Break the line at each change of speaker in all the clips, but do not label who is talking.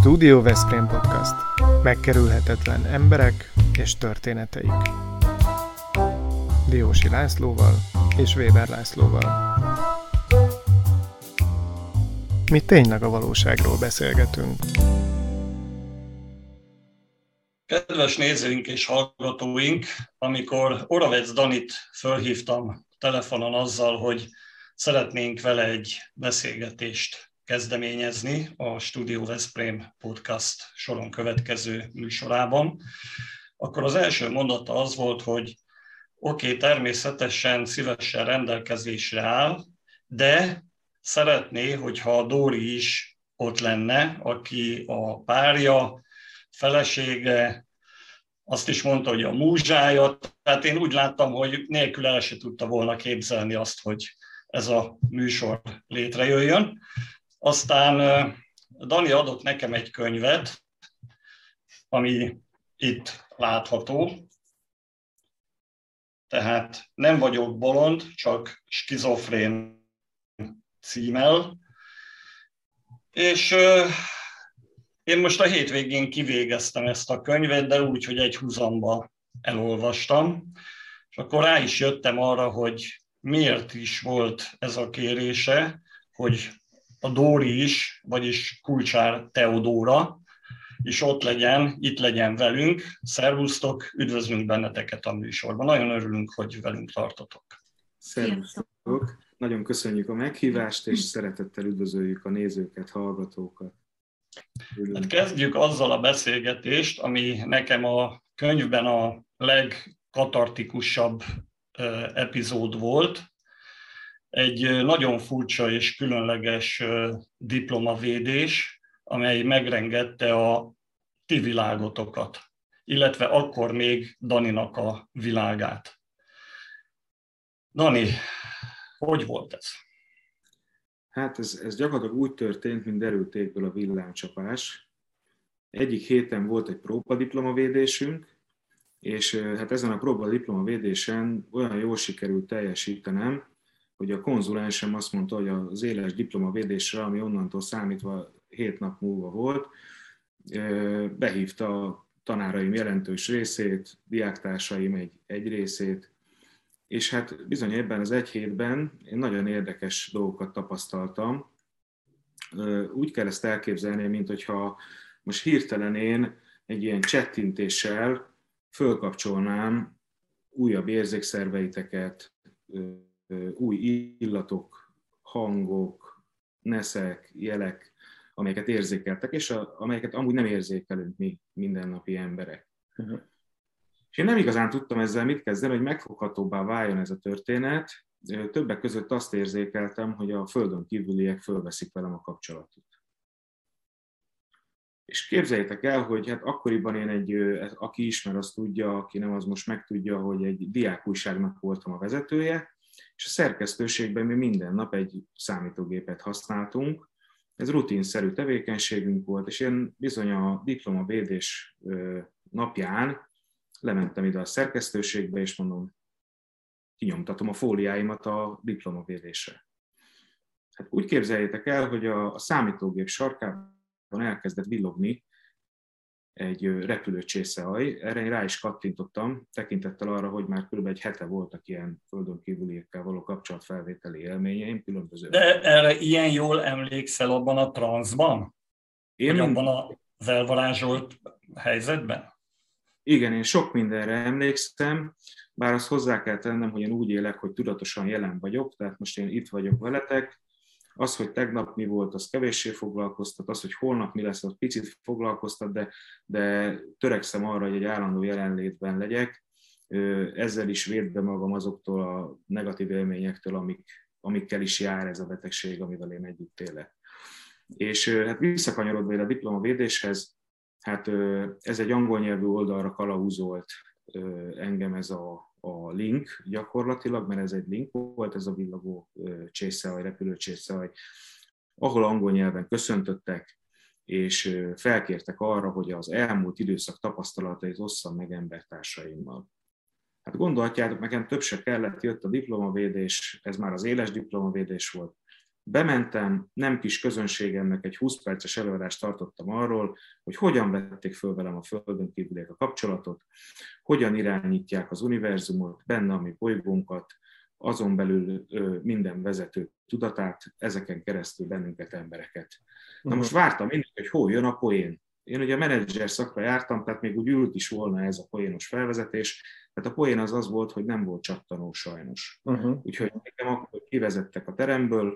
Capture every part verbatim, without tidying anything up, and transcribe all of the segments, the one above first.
Studio Veszprém Podcast. Megkerülhetetlen emberek és történeteik. Diósi Lászlóval és Weber Lászlóval. Mi tényleg a valóságról beszélgetünk.
Kedves nézőink és hallgatóink, amikor Oravec Danit fölhívtam telefonon azzal, hogy szeretnénk vele egy beszélgetést kezdeményezni a Studio Veszprém Podcast soron következő műsorában, akkor az első mondata az volt, hogy oké, okay, természetesen szívesen rendelkezésre áll, de szeretné, hogyha a Dóri is ott lenne, aki a párja, felesége, azt is mondta, hogy a múzsája, tehát én úgy láttam, hogy nélkül el se tudta volna képzelni azt, hogy ez a műsor létrejöjjön. Aztán Dani adott nekem egy könyvet, ami itt látható. Tehát Nem vagyok bolond, csak skizofrén címmel. És én most a hétvégén kivégeztem ezt a könyvet, de úgy, hogy egy húzamba elolvastam. És akkor rá is jöttem arra, hogy miért is volt ez a kérése, hogy a Dóri is, vagyis Kulcsár Teodóra is ott legyen, itt legyen velünk. Szervusztok, üdvözlünk benneteket a műsorban. Nagyon örülünk, hogy velünk tartotok.
Szervusztok, nagyon köszönjük a meghívást, és szeretettel üdvözöljük a nézőket, hallgatókat.
Hát kezdjük azzal a beszélgetést, ami nekem a könyvben a legkatartikusabb epizód volt. Egy nagyon furcsa és különleges diplomavédés, amely megrengette a ti világotokat, illetve akkor még Daninak a világát. Dani, hogy volt ez?
Hát ez, ez gyakorlatilag úgy történt, mint derültékből a villámcsapás. Egyik héten volt egy próbadiplomavédésünk, és hát ezen a próbadiplomavédésen olyan jól sikerült teljesítenem, hogy a konzulensem azt mondta, hogy az éles diplomavédésre, ami onnantól számítva hét nap múlva volt, behívta a tanáraim jelentős részét, diáktársaim egy, egy részét, és hát bizony ebben az egy hétben én nagyon érdekes dolgokat tapasztaltam. Úgy kell ezt elképzelni, mint hogyha most hirtelen én egy ilyen csettintéssel fölkapcsolnám újabb érzékszerveiteket, új illatok, hangok, neszek, jelek, amelyeket érzékeltek, és a, amelyeket amúgy nem érzékelünk mi mindennapi emberek. Uh-huh. És én nem igazán tudtam ezzel mit kezdeni, hogy megfoghatóbbá váljon ez a történet. Többek között azt érzékeltem, hogy a földön kívüliek fölveszik velem a kapcsolatot. És képzeljétek el, hogy hát akkoriban én egy, aki ismer, azt tudja, aki nem, az most megtudja, hogy egy diákújságnak voltam a vezetője, és a szerkesztőségben mi minden nap egy számítógépet használtunk. Ez rutinszerű tevékenységünk volt, és én bizony a diplomavédés napján lementem ide a szerkesztőségbe, és mondom, kinyomtatom a fóliáimat a diplomavédésre. Hát úgy képzeljétek el, hogy a, a számítógép sarkában elkezdett villogni egy repülőcsészealj. Erre én rá is kattintottam, tekintettel arra, hogy már kb. Egy hete voltak ilyen földön kívüliekkel való kapcsolatfelvételi élményeim. Különböző.
De erre ilyen jól emlékszel abban a transzban? Én vagy abban a felvarázsolt helyzetben?
Igen, én sok mindenre emlékszem, bár azt hozzá kell tennem, hogy én úgy élek, hogy tudatosan jelen vagyok, tehát most én itt vagyok veletek. Az, hogy tegnap mi volt, az kevéssé foglalkoztat, az, hogy holnap mi lesz, az picit foglalkoztat, de, de törekszem arra, hogy egy állandó jelenlétben legyek. Ezzel is védve magam azoktól a negatív élményektől, amik, amikkel is jár ez a betegség, amivel én együtt élek. És hát visszakanyarodva a diplomavédéshez, hát ez egy angol nyelvű oldalra kalauzolt engem ez a, a link gyakorlatilag, mert ez egy link volt, ez a villogó csészehaj, repülőcsészehaj, ahol angol nyelven köszöntöttek, és felkértek arra, hogy az elmúlt időszak tapasztalatait osszam meg embertársaimmal. Hát gondolhatjátok, nekem több se kellett, jött a diplomavédés, ez már az éles diplomavédés volt, Bementem, nem kis közönségemnek egy húsz perces előadást tartottam arról, hogy hogyan vették föl velem a Földön kívüliek a kapcsolatot, hogyan irányítják az univerzumot, benne a mi bolygónkat, azon belül minden vezető tudatát, ezeken keresztül bennünket, embereket. Na most vártam mindig, hogy hol jön a poén. Én ugye a menedzser szakra jártam, tehát még úgy ült is volna ez a poénos felvezetés, tehát a poén az az volt, hogy nem volt csattanó sajnos. Uh-huh. Úgyhogy nekem akkor kivezettek a teremből,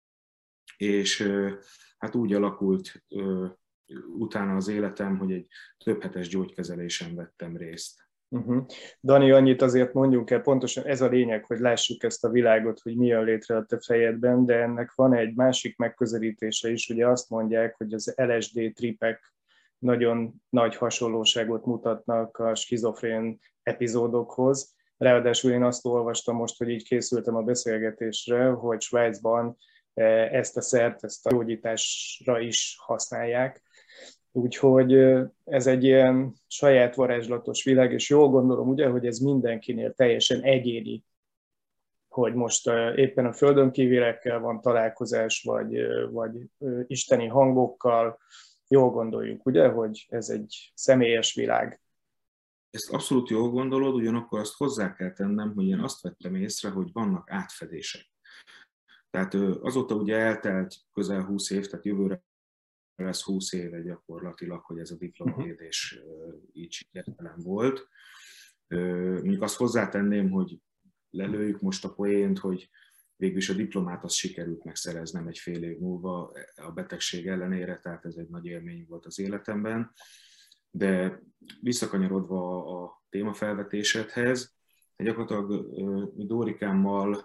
és hát úgy alakult utána az életem, hogy egy több hetes gyógykezelésen vettem részt.
Uh-huh. Dani, annyit azért mondjunk el, pontosan ez a lényeg, hogy lássuk ezt a világot, hogy mi jön létre a te fejedben, de ennek van egy másik megközelítése is, ugye azt mondják, hogy az el es dé tripek nagyon nagy hasonlóságot mutatnak a skizofrén epizódokhoz. Ráadásul én azt olvastam most, hogy így készültem a beszélgetésre, hogy Svájcban ezt a szert, ezt a gyógyításra is használják. Úgyhogy ez egy ilyen saját varázslatos világ, és jól gondolom, ugye, hogy ez mindenkinél teljesen egyéni, hogy most éppen a földön kívülekkel van találkozás, vagy, vagy isteni hangokkal. Jól gondoljuk, ugye, hogy ez egy személyes világ.
Ezt abszolút jól gondolod, ugyanakkor azt hozzá kell tennem, hogy én azt vettem észre, hogy vannak átfedések. Tehát azóta ugye eltelt közel húsz év, tehát jövőre lesz húsz éve gyakorlatilag, hogy ez a diplomavédés így sikertelen volt. Mondjuk azt hozzátenném, hogy lelőjük most a poént, hogy végülis a diplomát azt sikerült megszereznem egy fél év múlva a betegség ellenére, tehát ez egy nagy élmény volt az életemben. De visszakanyarodva a témafelvetésedhez, gyakorlatilag mi Dórikámmal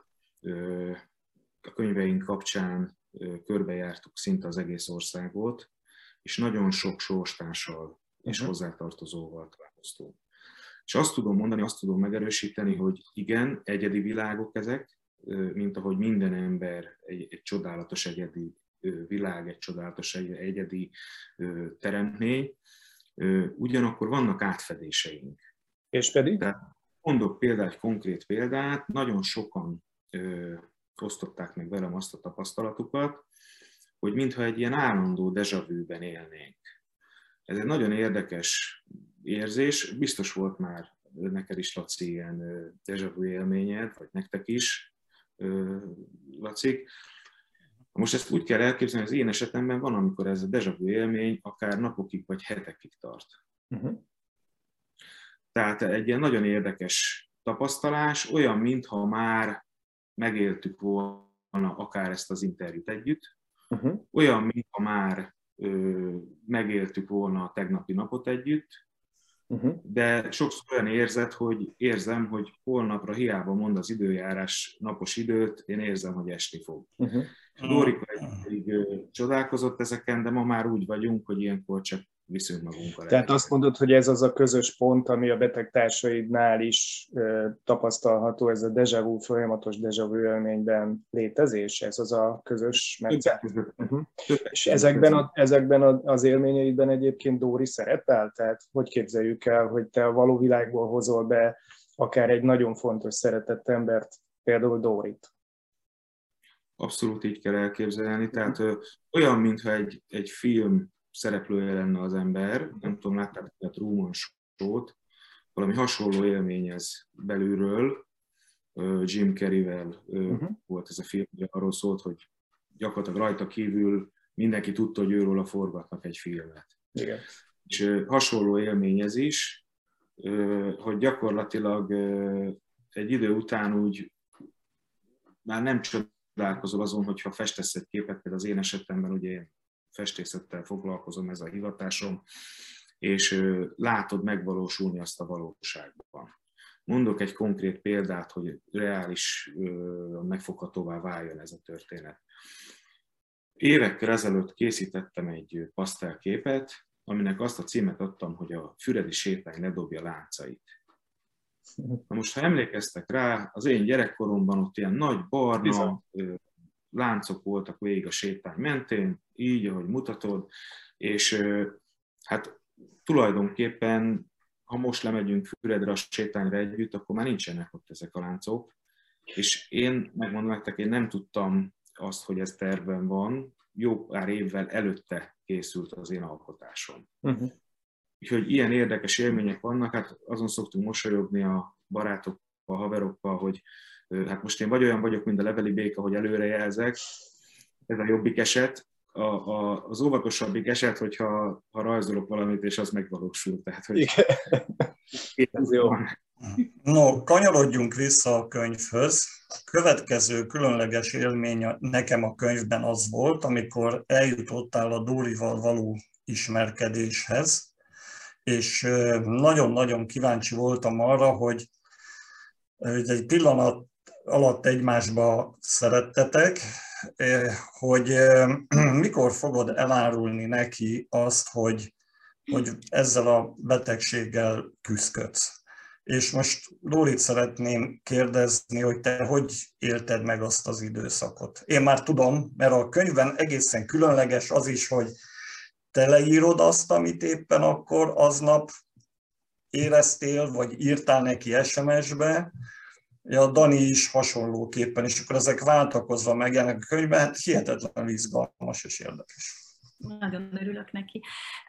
a könyveink kapcsán körbejártuk szinte az egész országot, és nagyon sok sorstársal és hozzátartozóval találkoztunk. És azt tudom mondani, azt tudom megerősíteni, hogy igen, egyedi világok ezek, mint ahogy minden ember egy, egy csodálatos egyedi világ, egy csodálatos egyedi teremtmény, ugyanakkor vannak átfedéseink.
És pedig?
Tehát mondok például egy konkrét példát, nagyon sokan osztották meg velem azt a tapasztalatukat, hogy mintha egy ilyen állandó déjà vu-ben élnénk. Ez egy nagyon érdekes érzés, biztos volt már neked is, Laci, ilyen déjà vu élményed, vagy nektek is, Lacik. Most ezt úgy kell elképzelni, hogy az én esetemben van, amikor ez a déjà vu élmény akár napokig vagy hetekig tart. Uh-huh. Tehát egy ilyen nagyon érdekes tapasztalás, olyan, mintha már megéltük volna akár ezt az interjút együtt, uh-huh. olyan, mintha már ö, megéltük volna a tegnapi napot együtt, uh-huh. de sokszor olyan érzet, hogy érzem, hogy holnapra hiába mond az időjárás napos időt, én érzem, hogy esni fog. Uh-huh. Dórika egyébként csodálkozott ezeken, de ma már úgy vagyunk, hogy ilyenkor csak viszünk magunkkal.
Tehát azt mondod, hogy ez az a közös pont, ami a betegtársaidnál is e, tapasztalható, ez a déjà vu, folyamatos déjà vu élményben létezés, ez az a közös metszet. Uh-huh. És ezekben, a, ezekben az élményeidben egyébként Dóri szerepel? Tehát hogy képzeljük el, hogy te a való világból hozol be akár egy nagyon fontos szeretett embert, például Dórit?
Abszolút így kell elképzelni, tehát ö, olyan, mintha egy, egy film szereplője lenne az ember, nem tudom, láttátok a Truman Show-t, valami hasonló élmény ez belülről, Jim Carreyvel uh-huh. volt ez a film, hogy arról szólt, hogy gyakorlatilag rajta kívül mindenki tudta, hogy őróla forgatnak egy filmet.
Igen.
És hasonló élmény ez is, hogy gyakorlatilag egy idő után úgy már nem csodálkozol azon, hogyha festesz egy képet, például az én esetemben ugye én festészettel foglalkozom, ez a hivatásom, és látod megvalósulni azt a valóságban. Mondok egy konkrét példát, hogy reális, megfoghatóvá váljon ez a történet. Évekkel ezelőtt készítettem egy pasztelképet, aminek azt a címet adtam, hogy a füredi sétány ledobja láncait. Na most, ha emlékeztek rá, az én gyerekkoromban ott ilyen nagy barna Bizony. láncok voltak végig a sétány mentén, így, ahogy mutatod, és hát tulajdonképpen, ha most lemegyünk Füredre a sétányra együtt, akkor már nincsenek ott ezek a láncok, és én, megmondom nektek, én nem tudtam azt, hogy ez tervben van, jó pár évvel előtte készült az én alkotásom. Uh-huh. Úgyhogy ilyen érdekes élmények vannak, hát azon szoktunk mosolyogni a barátokkal, a haverokkal, hogy hát most én vagy olyan vagyok, mint a leveli béka, hogy előrejelzek, ez a jobbik eset, a, a, az óvatosabbik eset, hogyha ha rajzolok valamit, és az megvalósul. Tehát, hogy
ez jó.
No, kanyarodjunk vissza a könyvhöz. A következő különleges élmény nekem a könyvben az volt, amikor eljutottál a Dórival való ismerkedéshez, és nagyon-nagyon kíváncsi voltam arra, hogy egy pillanat alatt egymásba szerettetek, hogy mikor fogod elárulni neki azt, hogy, hogy ezzel a betegséggel küzdködsz. És most Dórit szeretném kérdezni, hogy te hogy élted meg azt az időszakot. Én már tudom, mert a könyvben egészen különleges az is, hogy te leírod azt, amit éppen akkor aznap éreztél, vagy írtál neki es em es-be, a Dani is hasonlóképpen, és akkor ezek váltakozva megjelennek a könyvben, hát hihetetlenül izgalmas és érdekes.
Nagyon örülök neki.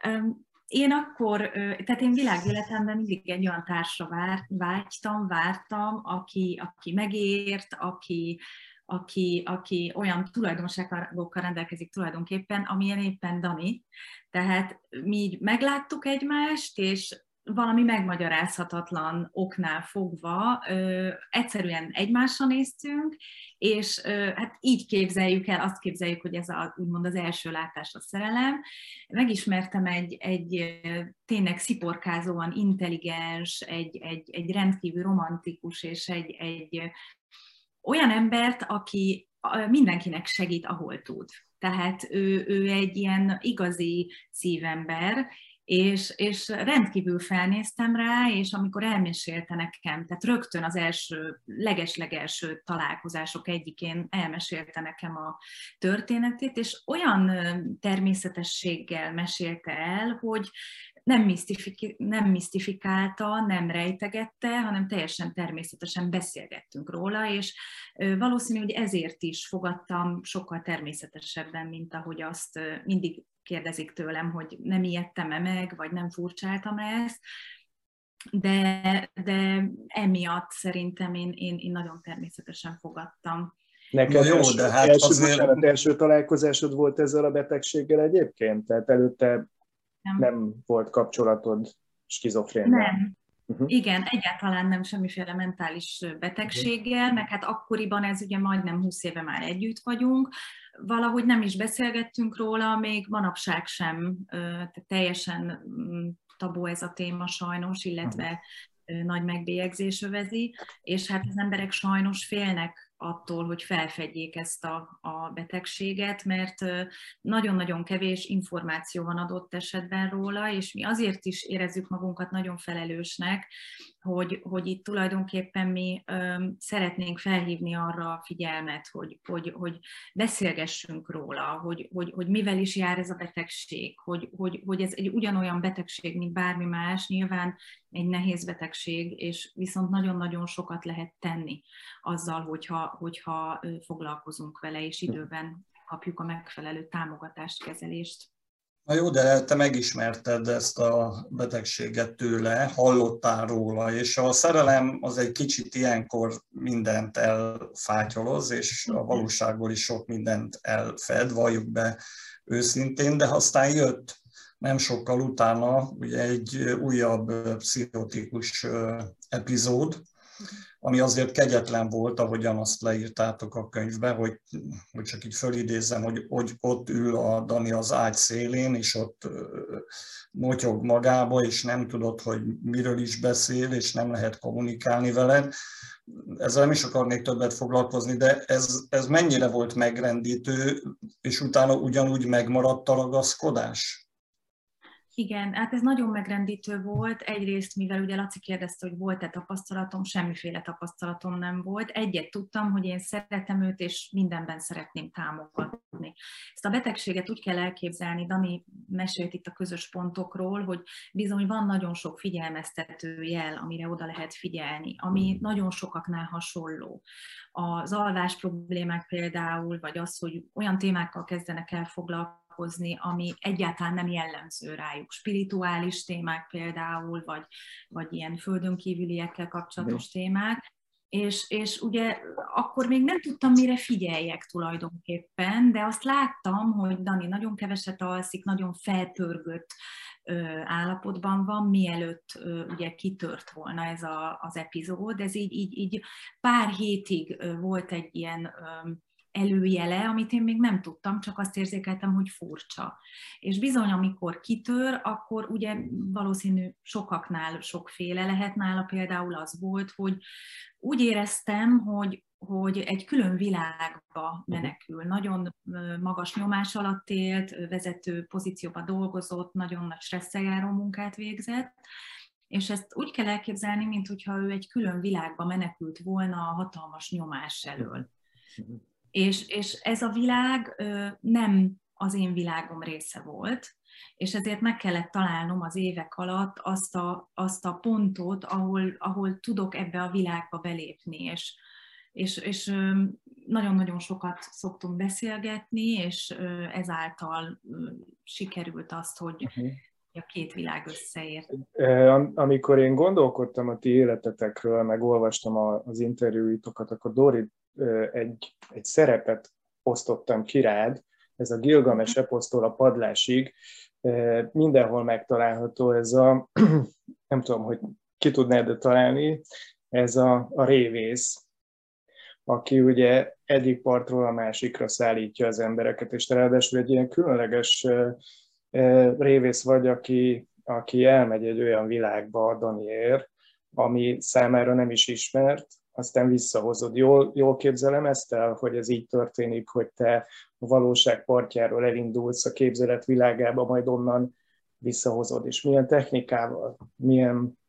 Én akkor, tehát én világéletemben mindig egy olyan társra vágytam, vártam, aki, aki megért, aki, aki, aki olyan tulajdonságokkal rendelkezik tulajdonképpen, amilyen éppen Dani. Tehát mi így megláttuk egymást, és valami megmagyarázhatatlan oknál fogva ö, egyszerűen egymásra néztünk, és ö, hát így képzeljük el, azt képzeljük, hogy ez a, úgymond az első látás a szerelem. Megismertem egy, egy tényleg sziporkázóan intelligens, egy, egy, egy rendkívül romantikus, és egy, egy olyan embert, aki mindenkinek segít, ahol tud. Tehát ő, ő egy ilyen igazi szívember, És, és rendkívül felnéztem rá, és amikor elmesélte nekem, tehát rögtön az első, leges-legelső találkozások egyikén elmesélte nekem a történetét, és olyan természetességgel mesélte el, hogy nem, misztifik, nem misztifikálta, nem rejtegette, hanem teljesen természetesen beszélgettünk róla, és valószínű, hogy ezért is fogadtam sokkal természetesebben, mint ahogy azt mindig kérdezik tőlem, hogy nem ijedtem-e meg, vagy nem furcsáltam ezt, de, de emiatt szerintem én, én, én nagyon természetesen fogadtam.
Neked jó, első, de hát első, azért... bocsánat, első találkozásod volt ezzel a betegséggel egyébként? Tehát előtte nem, nem volt kapcsolatod skizofrénnel?
Nem. Uh-huh. Igen, egyáltalán nem semmiféle mentális betegséggel, uh-huh. meg hát akkoriban ez ugye majdnem húsz éve már együtt vagyunk, valahogy nem is beszélgettünk róla, még manapság sem, tehát teljesen tabu ez a téma sajnos, illetve uh-huh. nagy megbélyegzés övezi, és hát az emberek sajnos félnek attól, hogy felfedjék ezt a, a betegséget, mert nagyon-nagyon kevés információ van adott esetben róla, és mi azért is érezzük magunkat nagyon felelősnek, hogy, hogy itt tulajdonképpen mi um, szeretnénk felhívni arra a figyelmet, hogy, hogy, hogy beszélgessünk róla, hogy, hogy, hogy mivel is jár ez a betegség, hogy, hogy, hogy ez egy ugyanolyan betegség, mint bármi más, nyilván egy nehéz betegség, és viszont nagyon-nagyon sokat lehet tenni azzal, hogyha, hogyha foglalkozunk vele, és időben kapjuk a megfelelő támogatást, kezelést.
Na jó, de te megismerted ezt a betegséget tőle, hallottál róla, és a szerelem az egy kicsit ilyenkor mindent elfátyoloz, és a valóságból is sok mindent elfed, valljuk be őszintén, de aztán jött nem sokkal utána ugye egy újabb pszichotikus epizód, ami azért kegyetlen volt, ahogyan azt leírtátok a könyvben, hogy, hogy csak így fölidézzem, hogy, hogy ott ül a Dani az ágy szélén, és ott motyog magába, és nem tudod, hogy miről is beszél, és nem lehet kommunikálni veled. Ezzel nem is akarnék többet foglalkozni, de ez, ez mennyire volt megrendítő, és utána ugyanúgy megmaradt a ragaszkodás?
Igen, hát ez nagyon megrendítő volt. Egyrészt, mivel ugye Laci kérdezte, hogy volt-e tapasztalatom, semmiféle tapasztalatom nem volt. Egyet tudtam, hogy én szeretem őt, és mindenben szeretném támogatni. Ezt a betegséget úgy kell elképzelni, Dani mesélt itt a közös pontokról, hogy bizony van nagyon sok figyelmeztető jel, amire oda lehet figyelni, ami nagyon sokaknál hasonló. Az alvás problémák például, vagy az, hogy olyan témákkal kezdenek el foglalkozni, ami egyáltalán nem jellemző rájuk. Spirituális témák például, vagy, vagy ilyen földön kívüliekkel kapcsolatos témák. És, és ugye akkor még nem tudtam, mire figyeljek tulajdonképpen, de azt láttam, hogy Dani nagyon keveset alszik, nagyon felpörgött állapotban van, mielőtt ugye kitört volna ez a, az epizód. Ez így, így, így pár hétig volt egy ilyen előjele, amit én még nem tudtam, csak azt érzékeltem, hogy furcsa. És bizony, amikor kitör, akkor ugye valószínű sokaknál sokféle lehet, nála például az volt, hogy úgy éreztem, hogy, hogy egy külön világba menekül. Nagyon magas nyomás alatt élt, vezető pozícióban dolgozott, nagyon nagy stresszel járó munkát végzett, és ezt úgy kell elképzelni, mintha ő egy külön világba menekült volna a hatalmas nyomás elől. És, és ez a világ nem az én világom része volt, és ezért meg kellett találnom az évek alatt azt a, azt a pontot, ahol, ahol tudok ebbe a világba belépni, és, és, és nagyon-nagyon sokat szoktunk beszélgetni, és ezáltal sikerült azt, hogy uh-huh. a két világ összeért.
Amikor én gondolkodtam a ti életetekről, meg olvastam az interjúitokat, akkor Dóri, egy, egy szerepet osztottam ki rád, ez a Gilgames eposztól a padlásig, mindenhol megtalálható ez a, nem tudom, hogy ki tudnád találni, ez a, a révész, aki ugye egyik partról a másikra szállítja az embereket, és te ráadásul egy ilyen különleges révész vagy, aki, aki elmegy egy olyan világba, Daniér, ami számára nem is ismert, aztán visszahozod. Jól, jól képzelem ezt el, hogy ez így történik, hogy te a valóság partjáról elindulsz a képzelet világába, majd onnan visszahozod. És milyen technikával, milyen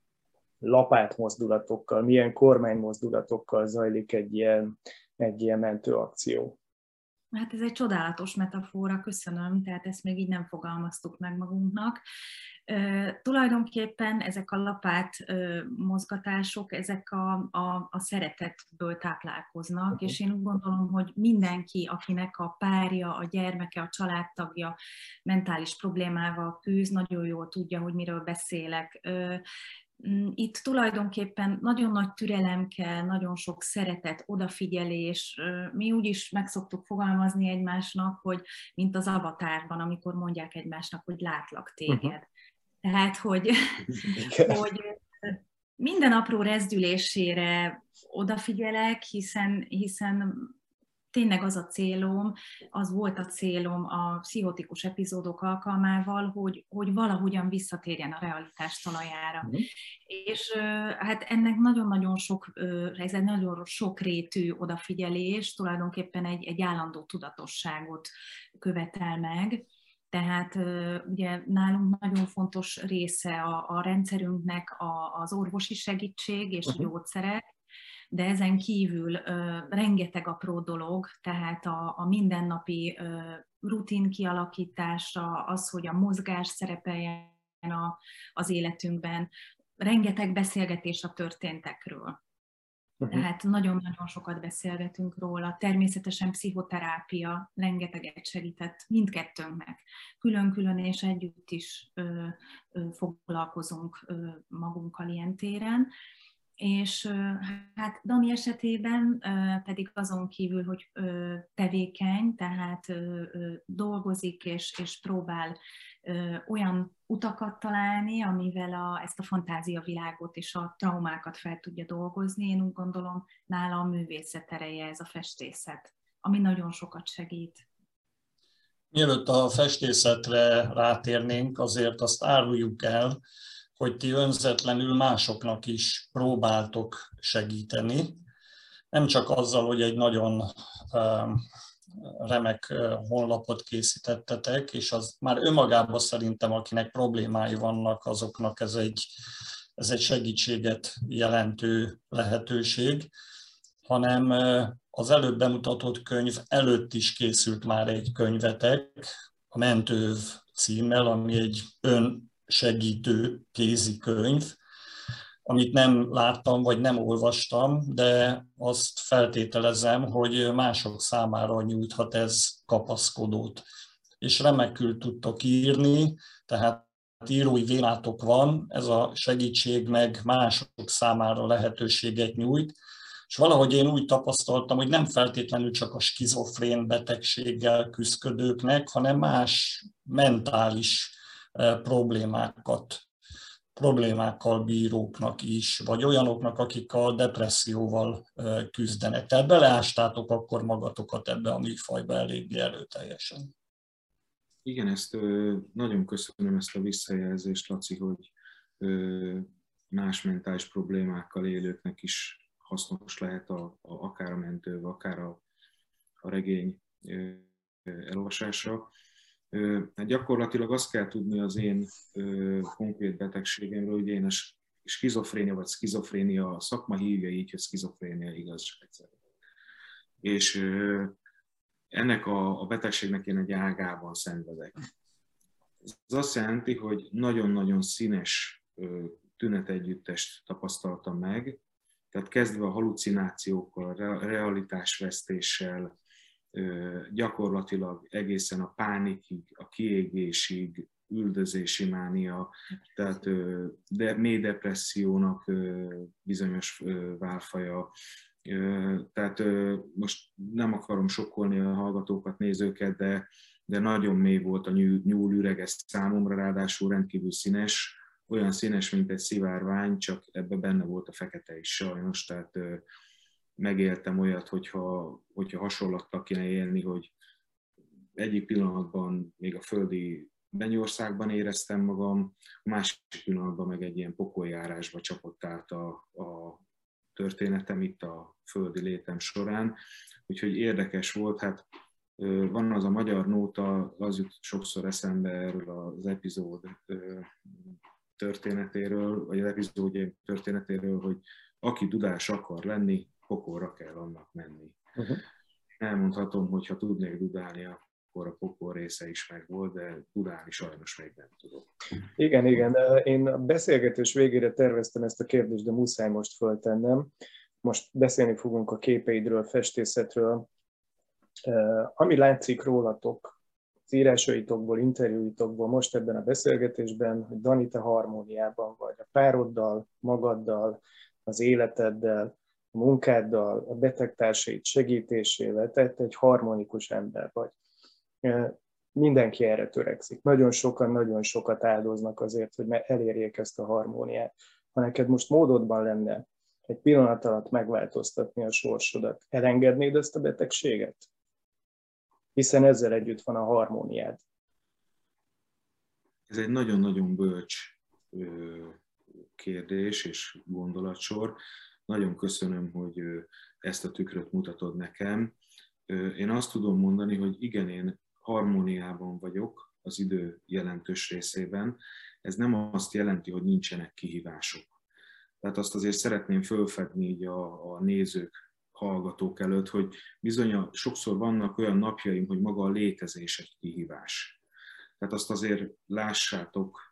lapátmozdulatokkal, milyen kormánymozdulatokkal zajlik egy ilyen, egy ilyen mentőakció.
Hát ez egy csodálatos metafora, köszönöm, tehát ezt még így nem fogalmaztuk meg magunknak. Uh, tulajdonképpen ezek a lapát uh, mozgatások, ezek a, a, a szeretetből táplálkoznak, uh-huh. és én úgy gondolom, hogy mindenki, akinek a párja, a gyermeke, a családtagja mentális problémával küzd, nagyon jól tudja, hogy miről beszélek. Uh, Itt tulajdonképpen nagyon nagy türelem kell, nagyon sok szeretet, odafigyelés. Mi úgy is meg szoktuk fogalmazni egymásnak, hogy mint az Avatárban, amikor mondják egymásnak, hogy látlak téged. Uh-huh. Tehát, hogy, hogy minden apró rezdülésére odafigyelek, hiszen, hiszen tényleg az a célom, az volt a célom a pszichotikus epizódok alkalmával, hogy, hogy valahogyan visszatérjen a realitás talajára. Mm. És hát ennek nagyon-nagyon sok, ez egy nagyon sokrétű odafigyelés, tulajdonképpen egy, egy állandó tudatosságot követel meg. Tehát ugye nálunk nagyon fontos része a, a rendszerünknek a, az orvosi segítség és uh-huh. a gyógyszerek, de ezen kívül uh, rengeteg apró dolog, tehát a, a mindennapi uh, rutin kialakítása, az, hogy a mozgás szerepeljen a, az életünkben, rengeteg beszélgetés a történtekről. Uh-huh. Tehát nagyon-nagyon sokat beszélgetünk róla. Természetesen pszichoterápia rengeteget segített mindkettőnknek. Külön-külön és együtt is ö, ö, foglalkozunk ö, magunkkal ilyen téren. És hát Dani esetében pedig azon kívül, hogy tevékeny, tehát dolgozik és, és próbál olyan utakat találni, amivel a, ezt a fantáziavilágot és a traumákat fel tudja dolgozni. Én úgy gondolom, nála a művészet ereje, ez a festészet, ami nagyon sokat segít.
Mielőtt a festészetre rátérnénk, azért azt áruljuk el, hogy ti önzetlenül másoknak is próbáltok segíteni. Nem csak azzal, hogy egy nagyon remek honlapot készítettetek, és az már önmagában szerintem, akinek problémái vannak, azoknak ez egy, ez egy segítséget jelentő lehetőség. hanem az előbb bemutatott könyv előtt is készült már egy könyvetek, a Mentőv címmel, ami egy önsegítő kézikönyv, amit nem láttam, vagy nem olvastam, de azt feltételezem, hogy mások számára nyújthat ez kapaszkodót. És remekül tudtok írni, tehát írói vénátok van, ez a segítség meg mások számára lehetőséget nyújt, és valahogy én úgy tapasztaltam, hogy nem feltétlenül csak a skizofrén betegséggel küzdködőknek, hanem más mentális problémákat, problémákkal bíróknak is, vagy olyanoknak, akik a depresszióval küzdenek. Tehát beleástátok akkor magatokat ebbe a műfajba eléggé erőteljesen.
Igen, ezt nagyon köszönöm ezt a visszajelzést, Laci, hogy más mentális problémákkal élőknek is hasznos lehet a, a, akár a mentő, akár a, a regény elolvasása. Hát gyakorlatilag azt kell tudni az én konkrét betegségemről, hogy én a skizofrénia vagy skizofrénia, a szakma hívja így, hogy skizofrénia, igaz, csak egyszer. És ennek a, a betegségnek én egy ágában szenvedek. Ez azt jelenti, hogy nagyon-nagyon színes tünetegyüttest tapasztaltam meg, tehát kezdve a halucinációkkal, realitásvesztéssel, gyakorlatilag egészen a pánikig, a kiégésig, üldözési mánia, tehát de mély depressziónak bizonyos válfaja. Tehát most nem akarom sokkolni a hallgatókat, nézőket, de, de nagyon mély volt a nyúl üreges számomra, ráadásul rendkívül színes, olyan színes, mint egy szivárvány, csak ebben benne volt a fekete is sajnos, tehát megéltem olyat, hogyha, hogyha hasonlattal kéne élni, hogy egyik pillanatban még a földi mennyországban éreztem magam, a másik pillanatban meg egy ilyen pokoljárásba csapott át a, a történetem itt a földi létem során, úgyhogy érdekes volt. Hát van az a magyar nóta, az jut sokszor eszembe erről az epizód történetéről, vagy az epizódja történetéről, hogy aki dudás akar lenni, pokolra kell annak menni. Uh-huh. Elmondhatom, hogy ha tudnék dudálni, akkor a pokol része is megvolt, de dudálni sajnos még nem tudok.
Igen, igen. Én a beszélgetés végére terveztem ezt a kérdést, de muszáj most föltennem. Most beszélni fogunk a képeidről, festészetről. Ami látszik rólatok, az írásaitokból, interjúitokból most ebben a beszélgetésben, hogy Dani, te harmóniában vagy a pároddal, magaddal, az életeddel, a munkáddal, a betegtársaid segítésével, tehát egy harmonikus ember vagy. Mindenki erre törekszik. Nagyon sokan, nagyon sokat áldoznak azért, hogy elérjék ezt a harmóniát. Ha neked most módodban lenne egy pillanat alatt megváltoztatni a sorsodat, elengednéd ezt a betegséget? Hiszen ezzel együtt van a harmóniád.
Ez egy nagyon-nagyon bölcs kérdés és gondolatsor. Nagyon köszönöm, hogy ezt a tükröt mutatod nekem. Én azt tudom mondani, hogy igen, én harmóniában vagyok az idő jelentős részében. Ez nem azt jelenti, hogy nincsenek kihívások. Tehát azt azért szeretném fölfedni így a, a nézők, hallgatók előtt, hogy bizony sokszor vannak olyan napjaim, hogy maga a létezés egy kihívás. Tehát azt azért lássátok,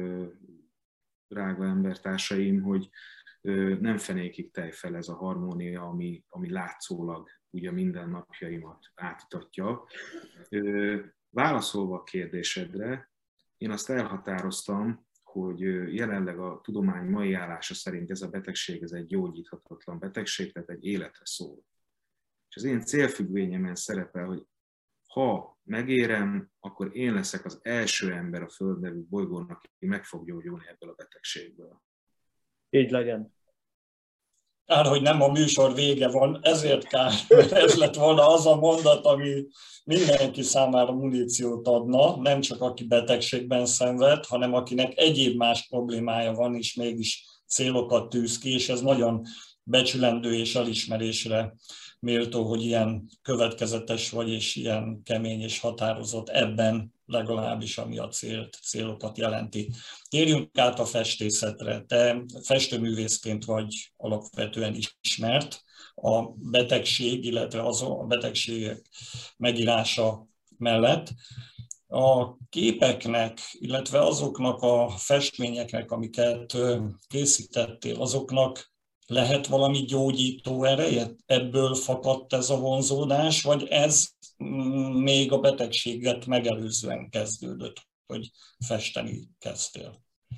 drága embertársaim, hogy nem fenékig tejfel ez a harmónia, ami, ami látszólag ugye minden napjaimat átítatja. Válaszolva a kérdésedre, én azt elhatároztam, hogy jelenleg a tudomány mai állása szerint ez a betegség, ez egy gyógyíthatatlan betegség, tehát egy életre szól. És az én célfüggvényemen szerepel, hogy ha megérem, akkor én leszek az első ember a Föld nevű bolygón, aki meg fog gyógyulni ebből a betegségből.
Így legyen.
Kár, hogy nem a műsor vége van, ezért kár, mert ez lett volna az a mondat, ami mindenki számára muníciót adna, nem csak aki betegségben szenved, hanem akinek egyéb más problémája van, és mégis célokat tűz ki, és ez nagyon becsülendő és elismerésre méltó, hogy ilyen következetes vagy, és ilyen kemény és határozott ebben legalábbis ami a célt, célokat jelenti. Térjünk át a festészetre. Te festőművészként vagy alapvetően ismert a betegség, illetve az a betegségek megírása mellett. A képeknek, illetve azoknak a festményeknek, amiket készítettél, azoknak lehet valami gyógyító ereje? Ebből fakadt ez a vonzódás, vagy ez még a betegséget megelőzően kezdődött, hogy festeni kezdtél?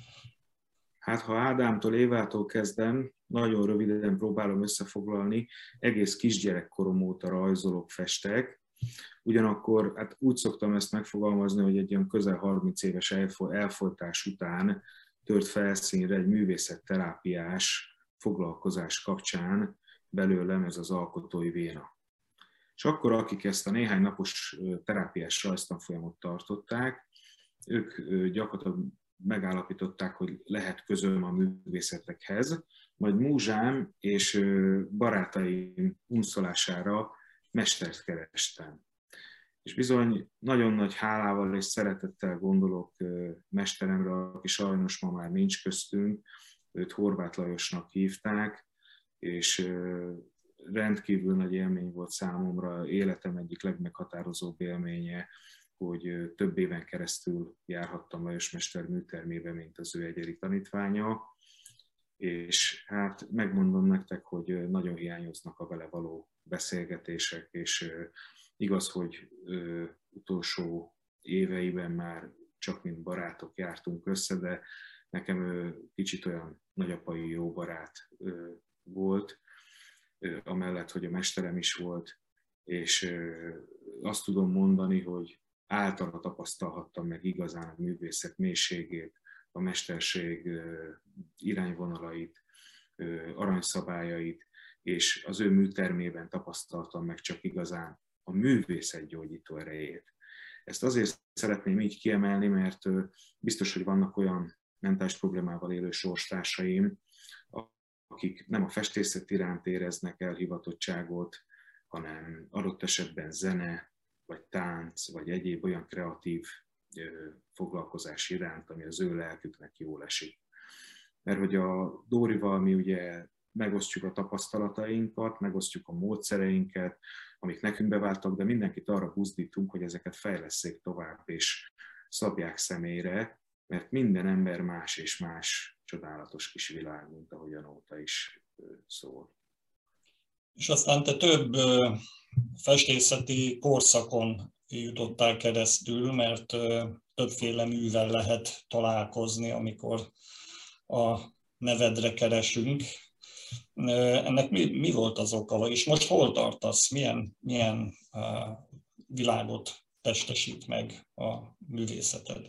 Hát ha Ádámtól, Évától kezdem, nagyon röviden próbálom összefoglalni, egész kisgyerekkorom óta rajzolok, festek. Ugyanakkor hát úgy szoktam ezt megfogalmazni, hogy egy ilyen közel harminc éves elfolytás után tört felszínre egy művészetterápiás foglalkozás kapcsán belőlem ez az alkotói véna. És akkor, akik ezt a néhány napos terápiás rajztanfolyamot tartották, ők gyakorlatilag megállapították, hogy lehet közöm a művészetekhez, majd múzsám és barátaim unszolására mestert kerestem. És bizony nagyon nagy hálával és szeretettel gondolok mesteremre, aki sajnos ma már nincs köztünk, őt Horváth Lajosnak hívták, és rendkívül nagy élmény volt számomra, életem egyik legmeghatározóbb élménye, hogy több éven keresztül járhattam Lajos mester műtermébe, mint az ő egyedi tanítványa, és hát megmondom nektek, hogy nagyon hiányoznak a vele való beszélgetések, és igaz, hogy utolsó éveiben már csak mint barátok jártunk össze, de nekem ő kicsit olyan nagyapai jó barát volt, amellett, hogy a mesterem is volt, és azt tudom mondani, hogy általa tapasztalhattam meg igazán a művészet mélységét, a mesterség irányvonalait, aranyszabályait, és az ő műtermében tapasztaltam meg csak igazán a művészet gyógyító erejét. Ezt azért szeretném így kiemelni, mert biztos, hogy vannak olyan mentális problémával élő sorstársaim, akik nem a festészet iránt éreznek elhivatottságot, hanem adott esetben zene, vagy tánc, vagy egyéb olyan kreatív foglalkozás iránt, ami az ő lelküknek jól esik. Mert hogy a Dórival mi ugye megosztjuk a tapasztalatainkat, megosztjuk a módszereinket, amik nekünk beváltak, de mindenkit arra buzdítunk, hogy ezeket fejlesszék tovább, és szabják személyre, mert minden ember más és más csodálatos kis világ, mint ahogy a nóta is szól.
És aztán te több festészeti korszakon jutottál keresztül, mert többféle művel lehet találkozni, amikor a nevedre keresünk. Ennek mi, mi volt az oka, vagyis most hol tartasz, milyen, milyen világot testesít meg a művészeted?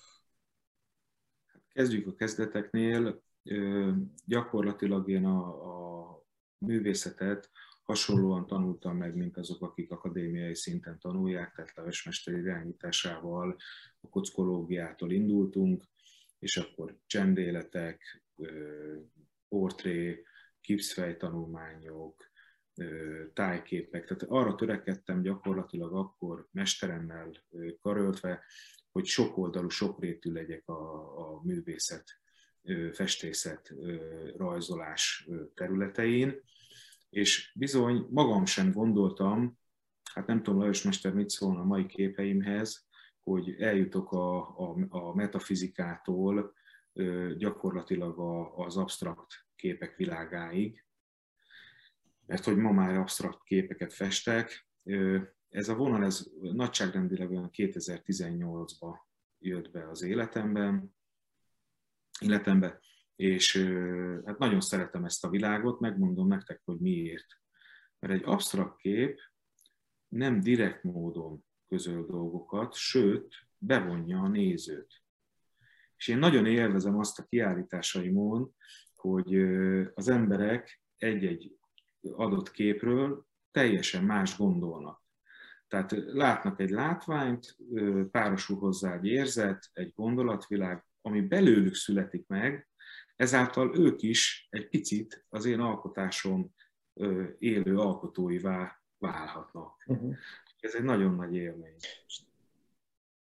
Kezdjük a kezdeteknél. Gyakorlatilag én a, a művészetet hasonlóan tanultam meg, mint azok, akik akadémiai szinten tanulják, tehát Lajos mester irányításával, a kockológiától indultunk, és akkor csendéletek, portré, gipszfejtanulmányok, tájképek, tehát arra törekedtem gyakorlatilag akkor mesteremmel karöltve, hogy sokoldalú, sokrétű legyek a, a művészet, festészet, rajzolás területein, és bizony magam sem gondoltam, hát nem tudom Lajos mester mit szólna a mai képeimhez, hogy eljutok a, a, a metafizikától gyakorlatilag a, az absztrakt képek világáig, mert hogy ma már absztrakt képeket festek. Ez a vonal, ez nagyságrendileg olyan kétezer-tizennyolcban jött be az életemben, életembe, és hát nagyon szeretem ezt a világot, megmondom nektek, hogy miért. Mert egy absztrakt kép nem direkt módon közöl dolgokat, sőt, bevonja a nézőt. És én nagyon élvezem azt a kiállításaimon, hogy az emberek egy-egy adott képről teljesen más gondolnak. Tehát látnak egy látványt, párosul hozzá egy érzet, egy gondolatvilág, ami belőlük születik meg, ezáltal ők is egy picit az én alkotásom élő alkotóivá válhatnak. Uh-huh. Ez egy nagyon nagy élmény.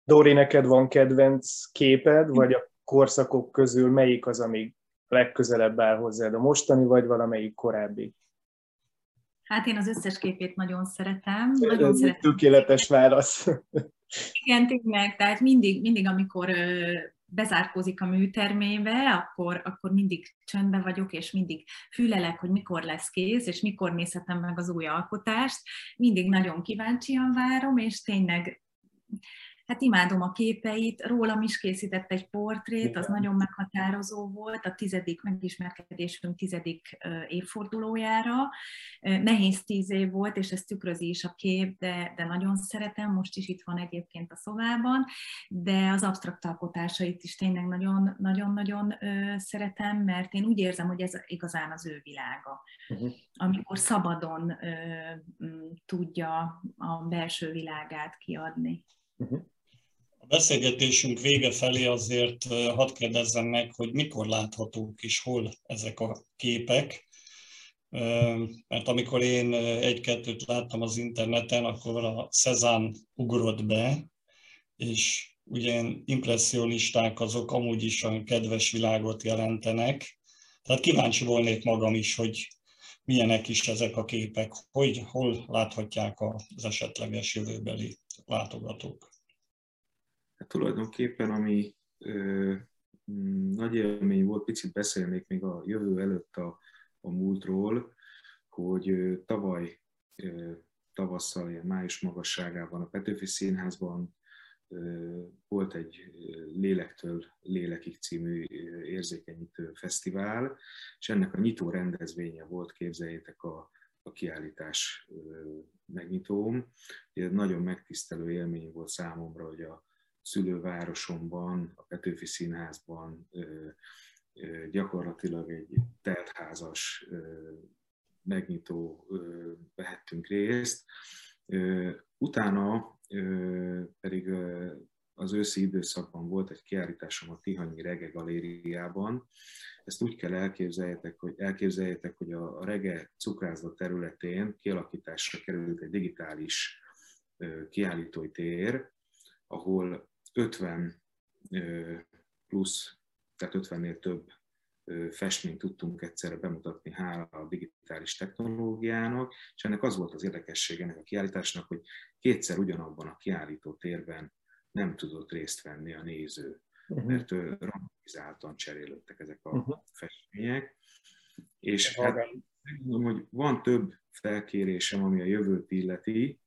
Dóri, neked van kedvenc képed, vagy a korszakok közül melyik az, ami legközelebb áll hozzád, a mostani, vagy valamelyik korábbi?
Hát én az összes képét nagyon szeretem. Nagyon
Ez
szeretem.
tökéletes válasz.
Igen, tényleg, tehát mindig, mindig amikor bezárkózik a műtermébe, akkor, akkor mindig csöndbe vagyok, és mindig fülelek, hogy mikor lesz kész, és mikor nézhetem meg az új alkotást. Mindig nagyon kíváncsian várom, és tényleg hát imádom a képeit, rólam is készített egy portrét, az nagyon meghatározó volt a tizedik megismerkedésünk tizedik évfordulójára. Nehéz tíz év volt, és ez tükrözi is a kép, de, de nagyon szeretem, most is itt van egyébként a szobában, de az absztrakt alkotásait is tényleg nagyon-nagyon szeretem, mert én úgy érzem, hogy ez igazán az ő világa. Uh-huh. Amikor szabadon ö, tudja a belső világát kiadni. Uh-huh.
A beszélgetésünk vége felé azért hadd kérdezzem meg, hogy mikor láthatók és hol ezek a képek. Mert amikor én egy-kettőt láttam az interneten, akkor a Cézanne ugrott be, és ugye impresszionisták azok amúgy is a kedves világot jelentenek. Tehát kíváncsi volnék magam is, hogy milyenek is ezek a képek, hogy hol láthatják az esetleges jövőbeli látogatók.
Hát tulajdonképpen, ami ö, nagy élmény volt, picit beszélnék még a jövő előtt a, a múltról, hogy ö, tavaly ö, tavasszal, ilyen május magasságában a Petőfi Színházban ö, volt egy Lélektől Lélekig című érzékenyítő fesztivál, és ennek a nyitó rendezvénye volt, képzeljétek, a, a kiállítás ö, megnyitóm. Ez nagyon megtisztelő élmény volt számomra, hogy a szülővárosomban, a Petőfi Színházban ö, ö, gyakorlatilag egy teltházas ö, megnyitó ö, vehettünk részt. Ö, utána ö, pedig ö, az őszi időszakban volt egy kiállításom a Tihanyi Rege Galériában. Ezt úgy kell elképzeljetek, hogy, elképzeljetek, hogy a Rege cukrászda területén kialakításra került egy digitális ö, kiállítói tér, ahol ötven plusz, tehát ötvennél több festményt tudtunk egyszerre bemutatni hála a digitális technológiának, és ennek az volt az érdekessége ennek a kiállításnak, hogy kétszer ugyanabban a kiállító térben nem tudott részt venni a néző, uh-huh. mert randomizáltan cserélődtek ezek a uh-huh. festmények. És hát megmondom, hogy van több felkérésem, ami a jövőt illeti,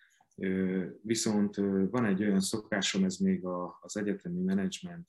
viszont van egy olyan szokásom, ez még az egyetemi menedzsment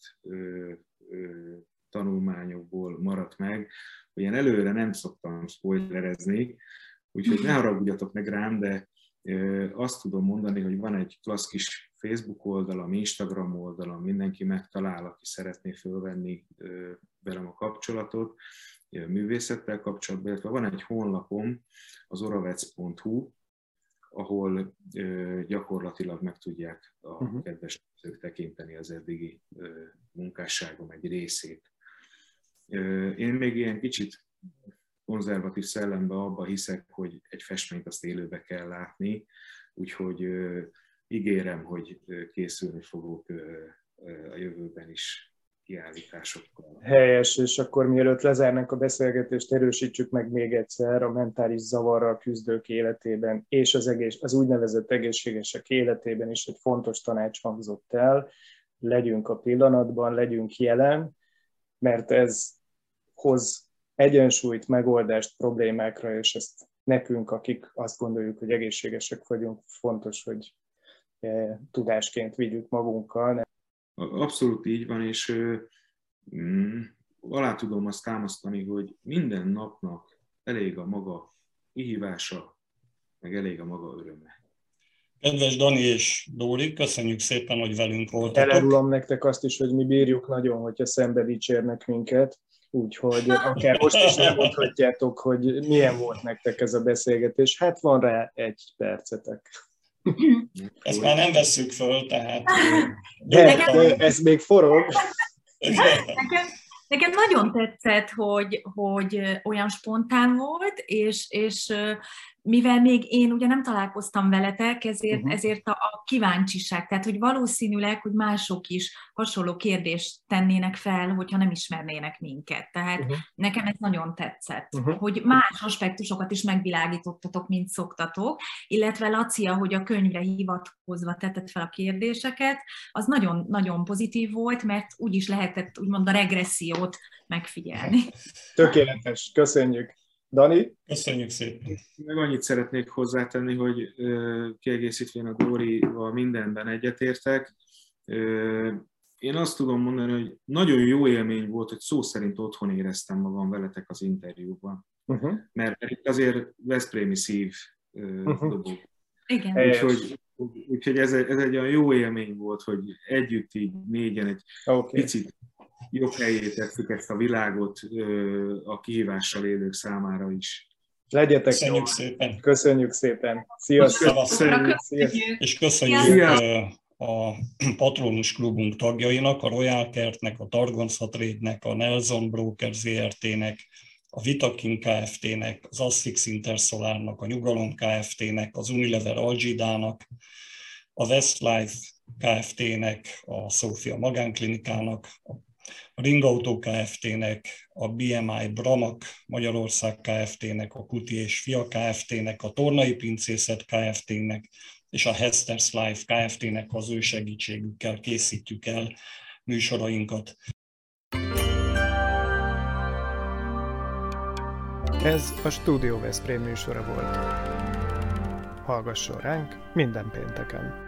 tanulmányokból maradt meg, hogy én előre nem szoktam spoilerezni, úgyhogy ne haragudjatok meg rám, de azt tudom mondani, hogy van egy klassz kis Facebook oldalam, Instagram oldalam, mindenki megtalál, aki szeretné fölvenni velem a kapcsolatot, művészettel kapcsolatban, illetve van egy honlapom, az oravec pont hu, ahol ö, gyakorlatilag meg tudják a uh-huh. kedves nézők tekinteni az eddigi ö, munkásságom egy részét. Ö, én még ilyen kicsit konzervatív szellemben abba hiszek, hogy egy festményt azt élőbe kell látni, úgyhogy ö, ígérem, hogy készülni fogok ö, ö, a jövőben is kiállításokkal.
Helyes, és akkor mielőtt lezárnánk a beszélgetést, erősítsük meg még egyszer a mentális zavarral küzdők életében és az, egész, az úgynevezett egészségesek életében is egy fontos tanács hangzott el. Legyünk a pillanatban, legyünk jelen, mert ez hoz egyensúlyt, megoldást problémákra, és ezt nekünk, akik azt gondoljuk, hogy egészségesek vagyunk, fontos, hogy tudásként vigyük magunkkal.
Abszolút így van, és mm, alá tudom azt támasztani, hogy minden napnak elég a maga kihívása, meg elég a maga öröme.
Kedves Dani és Dóri, köszönjük szépen, hogy velünk voltatok.
Elárulom nektek azt is, hogy mi bírjuk nagyon, hogyha szembe dicsérnek minket, úgyhogy akár most is elmondhatjátok, hogy milyen volt nektek ez a beszélgetés. Hát van rá egy percetek.
Ezt már nem vesszük föl, tehát...
De, de ez még forog.
Nekem, nekem nagyon tetszett, hogy, hogy olyan spontán volt, és, és mivel még én ugye nem találkoztam veletek, ezért,
Uh-huh.
ezért a, a kíváncsiság, tehát hogy valószínűleg, hogy mások is hasonló kérdést tennének fel, hogyha nem ismernének minket. Tehát
Uh-huh.
nekem ez nagyon tetszett,
Uh-huh.
hogy más aspektusokat is megvilágítottatok, mint szoktatok, illetve Laci, hogy a könyvre hivatkozva tetted fel a kérdéseket, az nagyon-nagyon pozitív volt, mert úgy is lehetett úgymond a regressziót megfigyelni.
Tökéletes, köszönjük. Dani?
Köszönjük szépen.
Meg annyit szeretnék hozzátenni, hogy ö, kiegészítvén a Dórival mindenben egyetértek. Ö, én azt tudom mondani, hogy nagyon jó élmény volt, hogy szó szerint otthon éreztem magam veletek az interjúban.
Uh-huh.
Mert itt azért veszprémi szív ö,
Uh-huh.
dobog.
Igen.
Úgyhogy, úgyhogy ez, egy, ez egy olyan jó élmény volt, hogy együtt így négyen egy
Okay.
picit jobb helyét tettük ezt a világot ö, a kihívással élők számára is.
Legyetek
Köszönjük
jól.
szépen.
Köszönjük szépen. Sziasztok.
Köszönjük.
Sziasztok.
És köszönjük
Sziasztok.
a Patronus Klubunk tagjainak, a Royal Kertnek, a Targonsa Trade-nek, a Nelson Broker zé er té-nek, a Vitakin Kft-nek, az Assix Intersolarnak, a Nyugalom Kft-nek, az Unilever Algidának, a Westlife Kft-nek, a Szófia Magánklinikának, a Ringauto Kft-nek, a bé em i Bramak Magyarország Kft-nek, a Kuti és Fia Kft-nek, a Tornai Pincészet Kft-nek és a Hester's Life Kft-nek az ő segítségükkel készítjük el műsorainkat.
Ez a Studio Veszprém műsora volt. Hallgasson ránk minden pénteken!